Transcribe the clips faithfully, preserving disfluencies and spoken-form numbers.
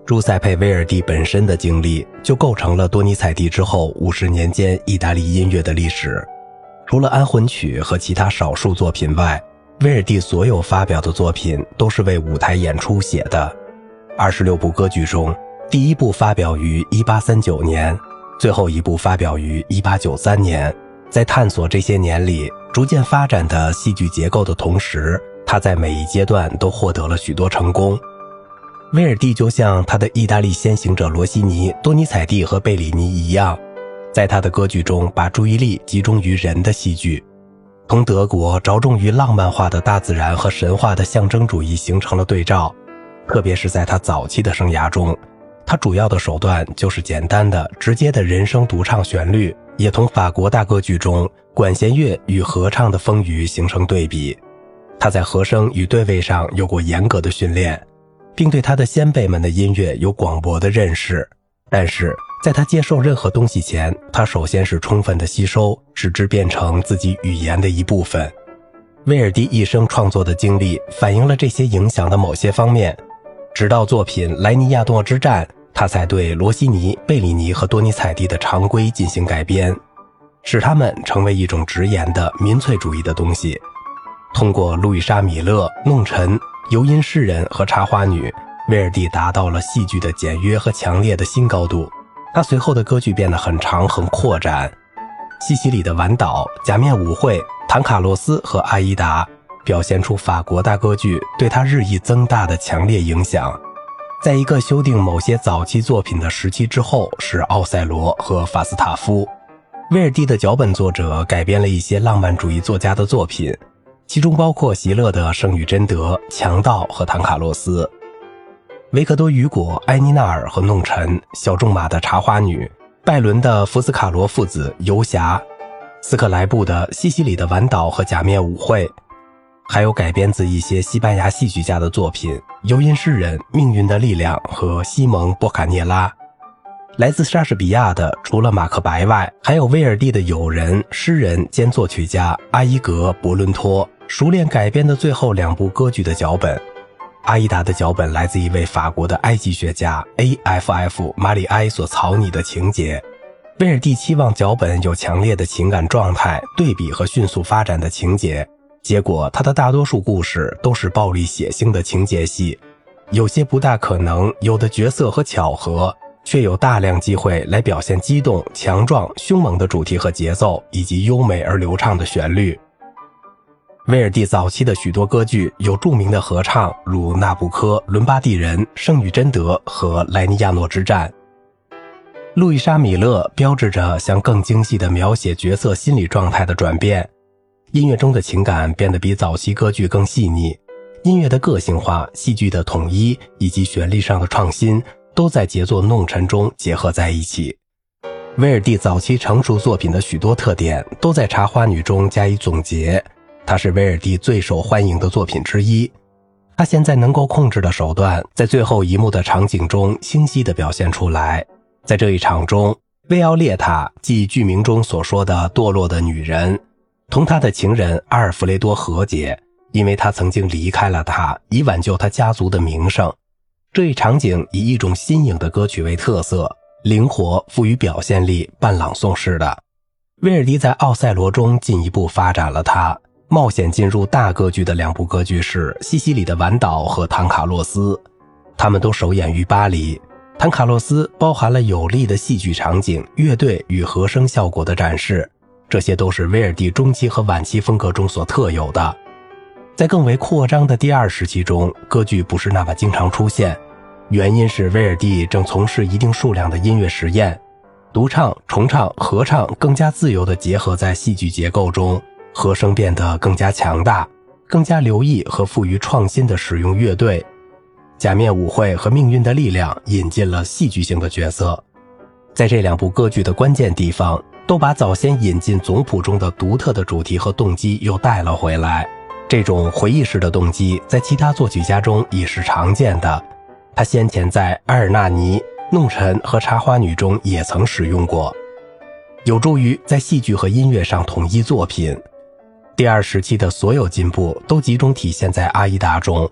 朱塞佩·威尔第本身的经历就构成了多尼采蒂之后五十年间意大利音乐的历史。除了安魂曲和其他少数作品外，威尔第所有发表的作品都是为舞台演出写的。二十六部歌剧中，第一部发表于一八三九年，最后一部发表于一八九三年。在探索这些年里逐渐发展的戏剧结构的同时，他在每一阶段都获得了许多成功。威尔第就像他的意大利先行者罗西尼、多尼采蒂和贝里尼一样，在他的歌剧中把注意力集中于人的戏剧，同德国着重于浪漫化的大自然和神话的象征主义形成了对照。特别是在他早期的生涯中，他主要的手段就是简单的、直接的人声独唱旋律，也同法国大歌剧中管弦乐与合唱的丰腴形成对比。他在和声与对位上有过严格的训练，并对他的先辈们的音乐有广博的认识，但是在他接受任何东西前，他首先是充分的吸收，使之变成自己语言的一部分。威尔第一生创作的经历反映了这些影响的某些方面，直到作品《莱尼亚诺之战》，他才对罗西尼、贝里尼和多尼采蒂的常规进行改编，使他们成为一种直言的民粹主义的东西。通过路易莎·米勒、弄臣、游吟诗人和插花女，威尔第达到了戏剧的简约和强烈的新高度。他随后的歌剧变得很长很扩展，西西里的晚岛、假面舞会、坦卡洛斯和阿依达表现出法国大歌剧对他日益增大的强烈影响。在一个修订某些早期作品的时期之后，是奥赛罗和法斯塔夫。威尔第的脚本作者改编了一些浪漫主义作家的作品，其中包括席勒的《圣女贞德》、强盗和坦卡洛斯，维克多·雨果、埃尼纳尔和弄臣、小仲马的茶花女，拜伦的福斯卡罗父子、游侠，斯克莱布的西西里的晚岛和假面舞会，还有改编自一些西班牙戏剧家的作品，游吟诗人、命运的力量和西蒙·波卡涅拉。来自莎士比亚的除了马克白外，还有威尔第的友人、诗人兼作曲家阿伊格·伯伦托熟练改编的最后两部歌剧的脚本。阿依达的脚本来自一位法国的埃及学家 A F F 马里埃所草拟的情节。威尔第期望脚本有强烈的情感状态、对比和迅速发展的情节，结果他的大多数故事都是暴力血腥的情节戏，有些不大可能，有的角色和巧合，却有大量机会来表现激动、强壮、凶猛的主题和节奏，以及优美而流畅的旋律。威尔第早期的许多歌剧有著名的合唱，如《纳布科》、《伦巴第人》、《圣女贞德》和《莱尼亚诺之战》。路易莎·米勒标志着向更精细地描写角色心理状态的转变，音乐中的情感变得比早期歌剧更细腻，音乐的个性化、戏剧的统一以及旋律上的创新都在杰作弄臣中结合在一起。威尔第早期成熟作品的许多特点都在茶花女中加以总结，它是威尔第最受欢迎的作品之一。他现在能够控制的手段在最后一幕的场景中清晰地表现出来。在这一场中，薇奥列塔即剧名中所说的堕落的女人，同他的情人阿尔弗雷多和解，因为他曾经离开了他，以挽救他家族的名声。这一场景以一种新颖的歌曲为特色，灵活、富于表现力、半朗诵式的。威尔第在奥赛罗中进一步发展了它，冒险进入大歌剧的两部歌剧是西西里的晚岛和坦卡洛斯，他们都首演于巴黎。坦卡洛斯包含了有力的戏剧场景、乐队与和声效果的展示，这些都是威尔第中期和晚期风格中所特有的。在更为扩张的第二时期中，歌剧不是那么经常出现，原因是威尔第正从事一定数量的音乐实验，独唱、重唱、合唱更加自由地结合在戏剧结构中，和声变得更加强大，更加留意和富于创新地使用乐队。假面舞会和命运的力量引进了戏剧性的角色，在这两部歌剧的关键地方都把早先引进总谱中的独特的主题和动机又带了回来。这种回忆式的动机在其他作曲家中已是常见的，他先前在埃尔纳尼、弄臣和茶花女中也曾使用过，有助于在戏剧和音乐上统一作品。第二时期的所有进步都集中体现在阿依达中，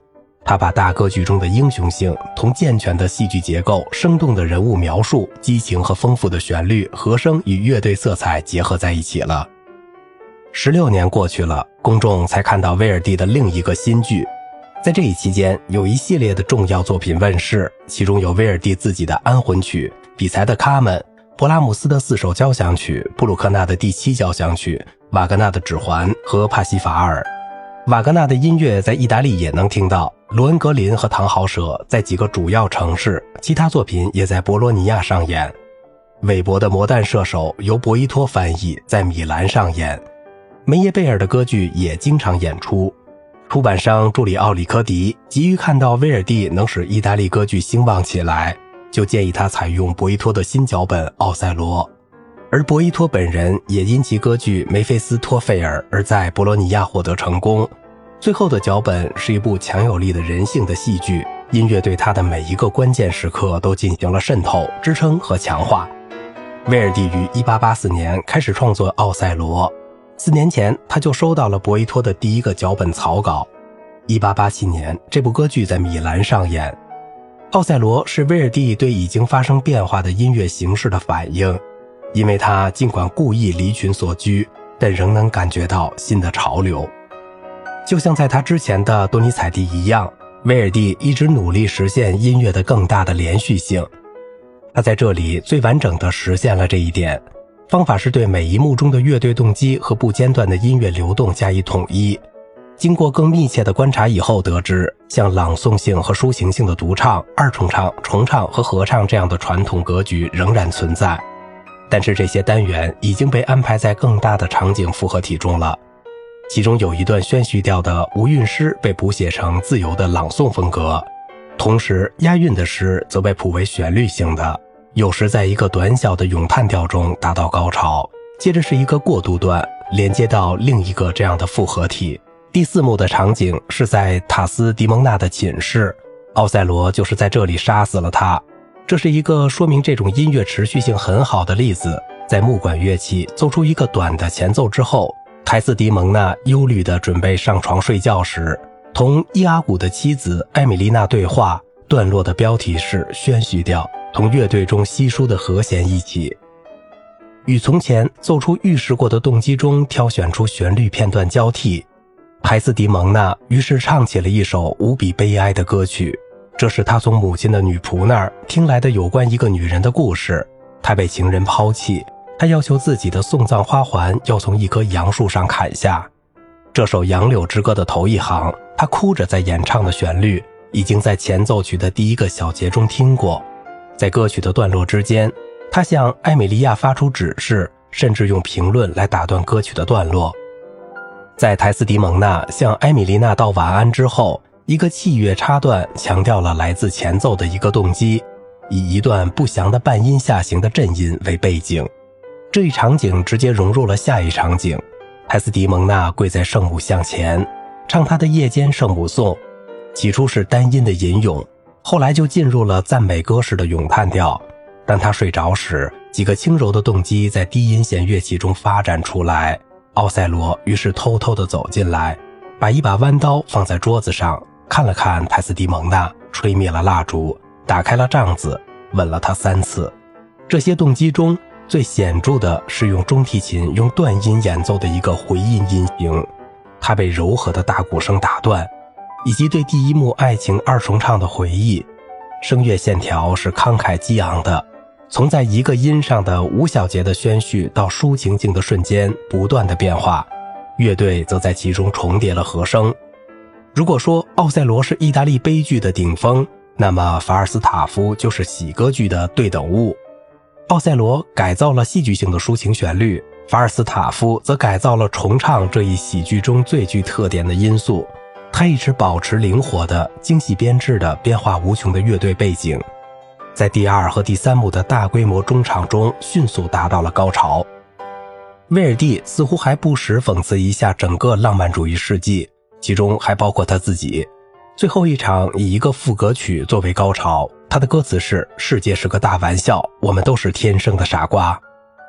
他把大歌剧中的英雄性同健全的戏剧结构、生动的人物描述、激情和丰富的旋律、和声与乐队色彩结合在一起了。十六年过去了，公众才看到威尔第的另一个新剧。在这一期间，有一系列的重要作品问世，其中有威尔第自己的安魂曲、比才的卡门、勃拉姆斯的四首交响曲、布鲁克纳的第七交响曲、瓦格纳的指环和帕西法尔。瓦格纳的音乐在意大利也能听到，罗恩格林和唐豪舍在几个主要城市，其他作品也在博洛尼亚上演。韦伯的魔弹射手由博伊托翻译，在米兰上演。梅耶贝尔的歌剧也经常演出。出版商朱里奥里科迪急于看到威尔第能使意大利歌剧兴旺起来，就建议他采用博伊托的新脚本《奥赛罗》，而博伊托本人也因其歌剧《梅菲斯托费尔》而在博洛尼亚获得成功。最后的脚本是一部强有力的人性的戏剧，音乐对他的每一个关键时刻都进行了渗透、支撑和强化。威尔第于一八八四年开始创作《奥赛罗》，四年前他就收到了博伊托的第一个脚本草稿。一八八七年，这部歌剧在米兰上演。奥赛罗是威尔第对已经发生变化的音乐形式的反应，因为他尽管故意离群所居，但仍能感觉到新的潮流。就像在他之前的多尼采蒂一样，威尔第一直努力实现音乐的更大的连续性。他在这里最完整地实现了这一点，方法是对每一幕中的乐队动机和不间断的音乐流动加以统一。经过更密切的观察以后得知，像朗诵性和抒情性的独唱、二重唱、重唱和合唱这样的传统格局仍然存在，但是这些单元已经被安排在更大的场景复合体中了。其中有一段宣叙调的无韵诗被谱写成自由的朗诵风格，同时押韵的诗则被谱为旋律性的，有时在一个短小的咏叹调中达到高潮，接着是一个过渡段，连接到另一个这样的复合体。第四幕的场景是在塔斯迪蒙纳的寝室，奥赛罗就是在这里杀死了他。这是一个说明这种音乐持续性很好的例子。在木管乐器奏出一个短的前奏之后，泰斯迪蒙纳忧虑地准备上床睡觉时，同伊阿古的妻子艾米丽娜对话，段落的标题是宣叙调，同乐队中稀疏的和弦一起。与从前奏出预示过的动机中挑选出旋律片段交替，泰斯迪蒙纳于是唱起了一首无比悲哀的歌曲。这是他从母亲的女仆那儿听来的有关一个女人的故事。她被情人抛弃，她要求自己的送葬花环要从一棵杨树上砍下。这首《杨柳之歌》的头一行，她哭着在演唱的旋律已经在前奏曲的第一个小节中听过。在歌曲的段落之间，她向艾米莉亚发出指示，甚至用评论来打断歌曲的段落。在泰斯迪蒙纳向艾米丽娜道晚安之后，一个器乐插段强调了来自前奏的一个动机，以一段不详的半音下行的震音为背景。这一场景直接融入了下一场景，泰斯迪蒙纳跪在圣母像前，唱他的夜间圣母颂。起初是单音的吟咏，后来就进入了赞美歌式的咏叹调。当他睡着时，几个轻柔的动机在低音弦乐器中发展出来。奥赛罗于是偷偷地走进来，把一把弯刀放在桌子上，看了看泰斯迪蒙纳，吹灭了蜡烛，打开了帐子，吻了他三次。这些动机中最显著的是用中提琴用断音演奏的一个回音音型，它被柔和的大鼓声打断，以及对第一幕爱情二重唱的回忆。声乐线条是慷慨激昂的，从在一个音上的五小节的宣叙到抒情境的瞬间不断的变化，乐队则在其中重叠了和声。如果说奥赛罗是意大利悲剧的顶峰，那么法尔斯塔夫就是喜歌剧的对等物。奥赛罗改造了戏剧性的抒情旋律，法尔斯塔夫则改造了重唱这一喜剧中最具特点的因素。他一直保持灵活的、精细编制的、变化无穷的乐队背景，在第二和第三幕的大规模中场中迅速达到了高潮。威尔第似乎还不时讽刺一下整个浪漫主义世纪，其中还包括他自己。最后一场以一个赋格曲作为高潮，他的歌词是：世界是个大玩笑，我们都是天生的傻瓜。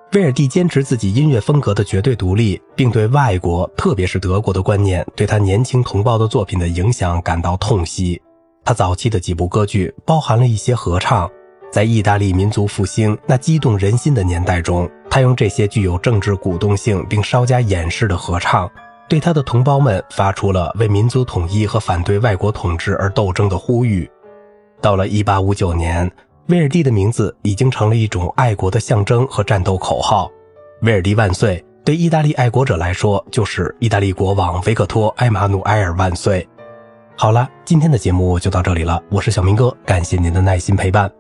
威尔第坚持自己音乐风格的绝对独立，并对外国，特别是德国的观念对他年轻同胞的作品的影响感到痛惜。他早期的几部歌剧包含了一些合唱，在意大利民族复兴那激动人心的年代中，他用这些具有政治鼓动性并稍加掩饰的合唱，对他的同胞们发出了为民族统一和反对外国统治而斗争的呼吁。到了一八五九年，威尔第的名字已经成了一种爱国的象征和战斗口号。威尔第万岁对意大利爱国者来说，就是意大利国王维克托·埃马努埃尔万岁。好了，今天的节目就到这里了，我是小明哥，感谢您的耐心陪伴。